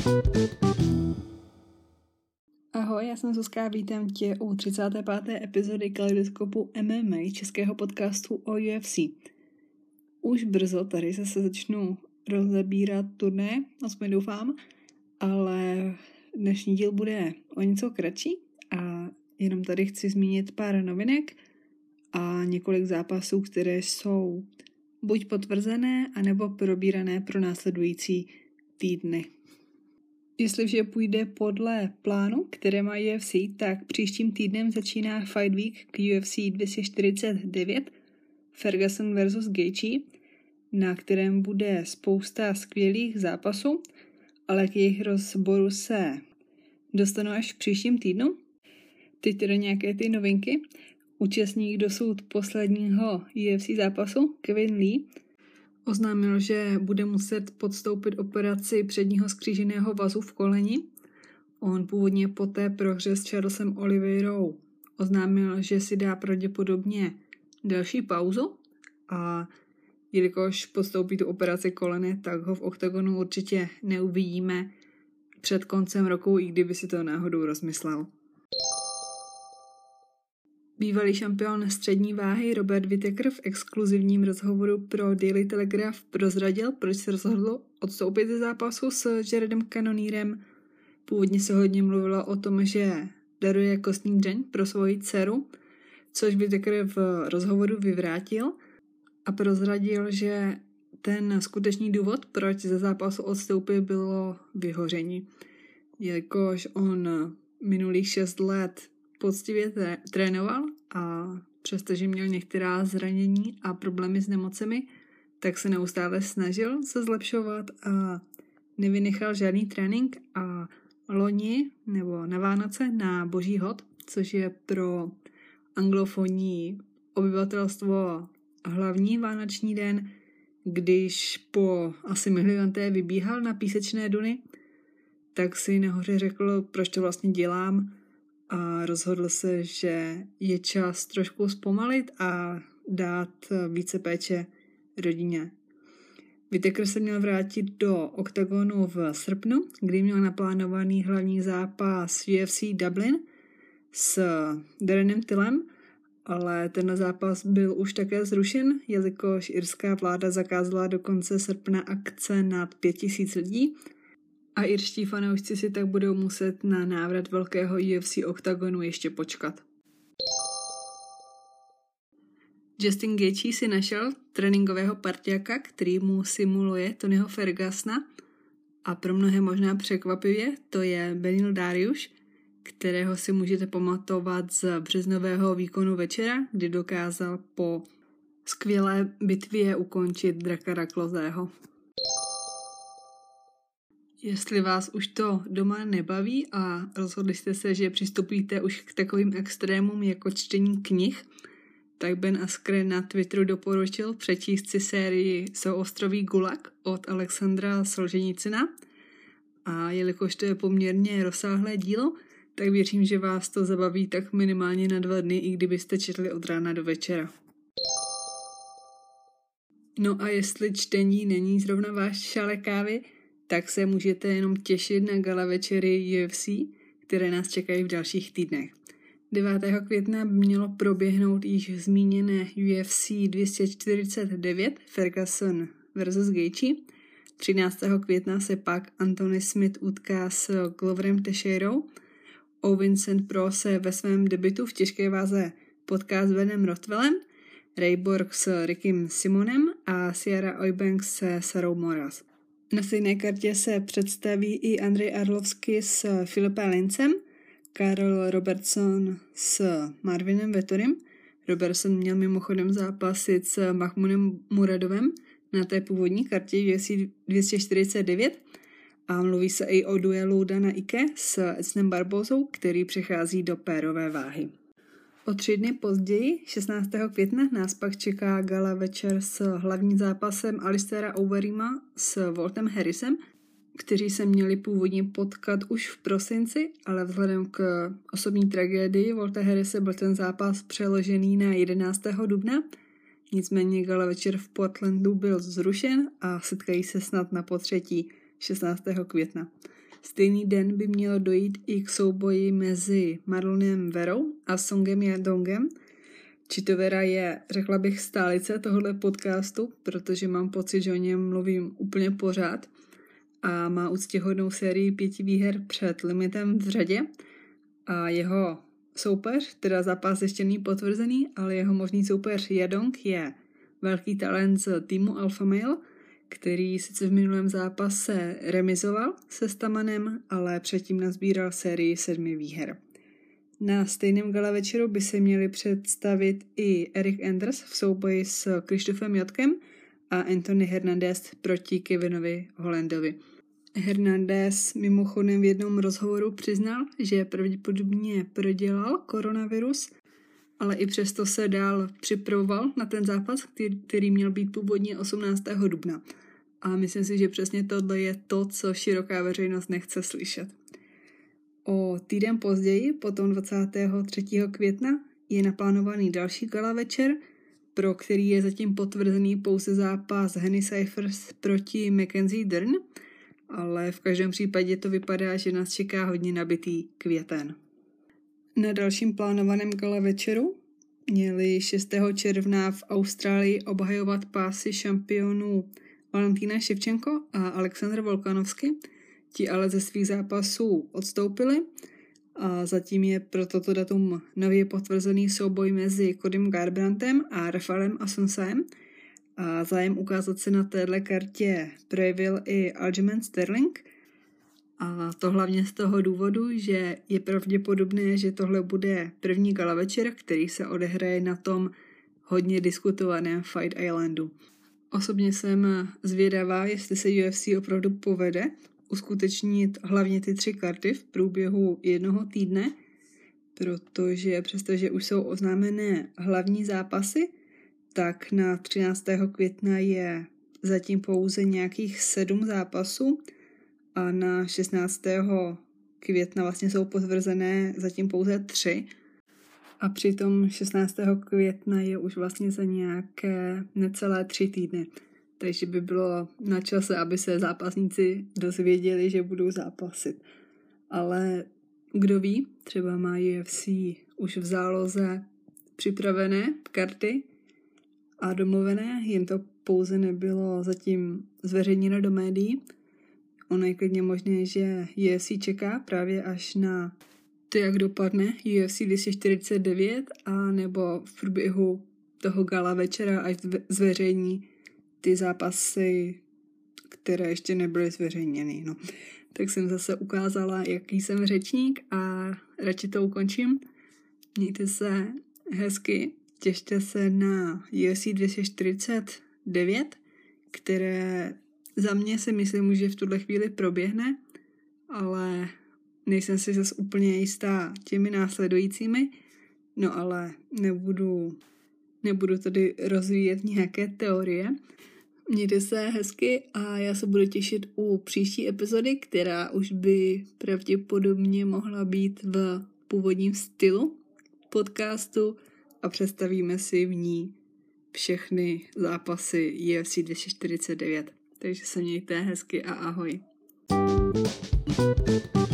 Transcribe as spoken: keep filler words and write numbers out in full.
Ahoj, já jsem Zuzka a vítám tě u třicáté páté epizody Kaleidoskopu M M A, českého podcastu o U F C. Už brzo tady se začnu rozebírat turné, aspoň doufám, ale dnešní díl bude o něco kratší a jenom tady chci zmínit pár novinek a několik zápasů, které jsou buď potvrzené, anebo probírané pro následující týdny. Jestli vše půjde podle plánu, které má U F C, tak příštím týdnem začíná Fight Week k U F C dvě stě čtyřicet devět Ferguson versus Gaethje, na kterém bude spousta skvělých zápasů, ale k jejich rozboru se dostanu až v příštím týdnu. Teď teda nějaké ty novinky. Účastník dosud posledního U F C zápasu, Kevin Lee, oznámil, že bude muset podstoupit operaci předního skříženého vazu v koleni. On původně po té prohře s Charlesem Oliveirou oznámil, že si dá pravděpodobně delší pauzu a jelikož podstoupí tu operaci koleny, tak ho v oktagonu určitě neuvidíme před koncem roku, i kdyby si to náhodou rozmyslel. Bývalý šampion střední váhy Robert Whittaker v exkluzivním rozhovoru pro Daily Telegraph prozradil, proč se rozhodl odstoupit ze zápasu s Jaredem Cannonierem. Původně se hodně mluvilo o tom, že daruje kostní dřeň pro svoji dceru, což Whittaker v rozhovoru vyvrátil a prozradil, že ten skutečný důvod, proč ze zápasu odstoupil, bylo vyhoření. Jelikož on minulých šest let poctivě tré- trénoval a přestože měl některá zranění a problémy s nemocemi, tak se neustále snažil se zlepšovat a nevynechal žádný trénink a loni nebo na Vánoce na Boží hod, což je pro anglofonní obyvatelstvo hlavní vánoční den, když po asi milivanté vybíhal na písečné duny, tak si nahoře řekl, proč to vlastně dělám, a rozhodl se, že je čas trošku zpomalit a dát více péče rodině. Whittaker se měl vrátit do oktagonu v srpnu, kdy měl naplánovaný hlavní zápas U F C Dublin s Darrenem Tillem, ale ten zápas byl už také zrušen, jelikož irská vláda zakázala do konce srpna akce nad pět tisíc lidí, a irští fanoušci si tak budou muset na návrat velkého U F C oktagonu ještě počkat. Justin Gaethje si našel tréninkového parťáka, který mu simuluje Tonyho Fergusona a pro mnohé možná překvapivě to je Beneil Dariush, kterého si můžete pamatovat z březnového výkonu večera, kdy dokázal po skvělé bitvě ukončit Drakara Klosého. Jestli vás už to doma nebaví a rozhodli jste se, že přistupíte už k takovým extrémům jako čtení knih, tak Ben Askren na Twitteru doporučil přečíst si sérii Souostroví Gulag od Alexandra Solženicina. A jelikož to je poměrně rozsáhlé dílo, tak věřím, že vás to zabaví tak minimálně na dva dny, i kdybyste četli od rána do večera. No a jestli čtení není zrovna váš šálek kávy, tak se můžete jenom těšit na gala večery U F C, které nás čekají v dalších týdnech. devátého května mělo proběhnout již zmíněné U F C dvě stě čtyřicet devět Ferguson versus Gaethje. třináctého května se pak Anthony Smith utká s Gloverem Teixeirou. Owen Saint Pro se ve svém debutu v těžké váze potká s Benem Rothwellem, Ray Borg s Rickem Simonem a Sierra Eubanks se Sarou Moras. Na stejné kartě se představí i Andrej Arlovsky s Filipem Lincem, Karl Robertson s Marvinem Vettorim. Robertson měl mimochodem zápasit s Mahmudem Muradovem na té původní kartě U F C dvě stě čtyřicet devět a mluví se i o duelu Dana Ike s Edsonem Barbozou, který přechází do pérové váhy. O tři dny později, šestnáctého května, nás pak čeká gala večer s hlavním zápasem Alistera Overeema s Voltem Harrisem, kteří se měli původně potkat už v prosinci, ale vzhledem k osobní tragédii Volta Harrise byl ten zápas přeložený na jedenáctého dubna. Nicméně gala večer v Portlandu byl zrušen a setkají se snad na potřetí šestnáctého května. Stejný den by mělo dojít i k souboji mezi Marlonem Verou a Songem Yadongem. Chito Vera je, řekla bych, stálice tohohle podcastu, protože mám pocit, že o něm mluvím úplně pořád a má úctyhodnou sérii pěti výher před limitem v řadě a jeho soupeř, teda zápas ještě není potvrzený, ale jeho možný soupeř Yadong je velký talent z týmu Alpha Male, který sice v minulém zápase remizoval se Stamanem, ale předtím nazbíral sérii sedmi výher. Na stejném gala večeru by se měli představit i Erik Anders v souboji s Krištofem Jotkem a Anthony Hernandez proti Kevinovi Hollandovi. Hernandez mimochodem v jednom rozhovoru přiznal, že pravděpodobně prodělal koronavirus, ale i přesto se dál připravoval na ten zápas, který, který měl být původně osmnáctého dubna. A myslím si, že přesně tohle je to, co široká veřejnost nechce slyšet. O týden později, potom dvacátého třetího května, je naplánovaný další gala večer, pro který je zatím potvrzený pouze zápas Henny Cyphers proti Mackenzie Dern, ale v každém případě to vypadá, že nás čeká hodně nabitý květen. Na dalším plánovaném gala večeru měli šestého června v Austrálii obhajovat pásy šampionů Valentína Ševčenko a Aleksandr Volkanovsky. Ti ale ze svých zápasů odstoupili a zatím je pro toto datum nově potvrzený souboj mezi Codym Garbrandtem a Rafaelem Assunsaem a zájem ukázat se na téhle kartě projevil i Aljamain Sterling. A to hlavně z toho důvodu, že je pravděpodobné, že tohle bude první gala večer, který se odehraje na tom hodně diskutovaném Fight Islandu. Osobně jsem zvědavá, jestli se U F C opravdu povede uskutečnit hlavně ty tři karty v průběhu jednoho týdne, protože přestože už jsou oznámené hlavní zápasy, tak na třináctého května je zatím pouze nějakých sedm zápasů a na šestnáctého května vlastně jsou potvrzené zatím pouze tři. A přitom šestnáctého května je už vlastně za nějaké necelé tři týdny. Takže by bylo na čase, aby se zápasníci dozvěděli, že budou zápasit. Ale kdo ví, třeba má U F C už v záloze připravené karty a domluvené, jim to pouze nebylo zatím zveřejněno do médií. Ono je klidně možné, že U F C čeká právě až na to, jak dopadne U F C dvě stě čtyřicet devět a nebo v průběhu toho gala večera, až zveřejní ty zápasy, které ještě nebyly zveřejněny. No. Tak jsem zase ukázala, jaký jsem řečník a radši to ukončím. Mějte se hezky, těšte se na U F C dvě stě čtyřicet devět, které za mě si myslím, že v tuhle chvíli proběhne, ale nejsem si zase úplně jistá těmi následujícími, no ale nebudu, nebudu tady rozvíjet nějaké teorie. Mějte se hezky a já se budu těšit u příští epizody, která už by pravděpodobně mohla být v původním stylu podcastu a představíme si v ní všechny zápasy U F C dvě stě čtyřicet devět. Takže se mějte hezky a ahoj.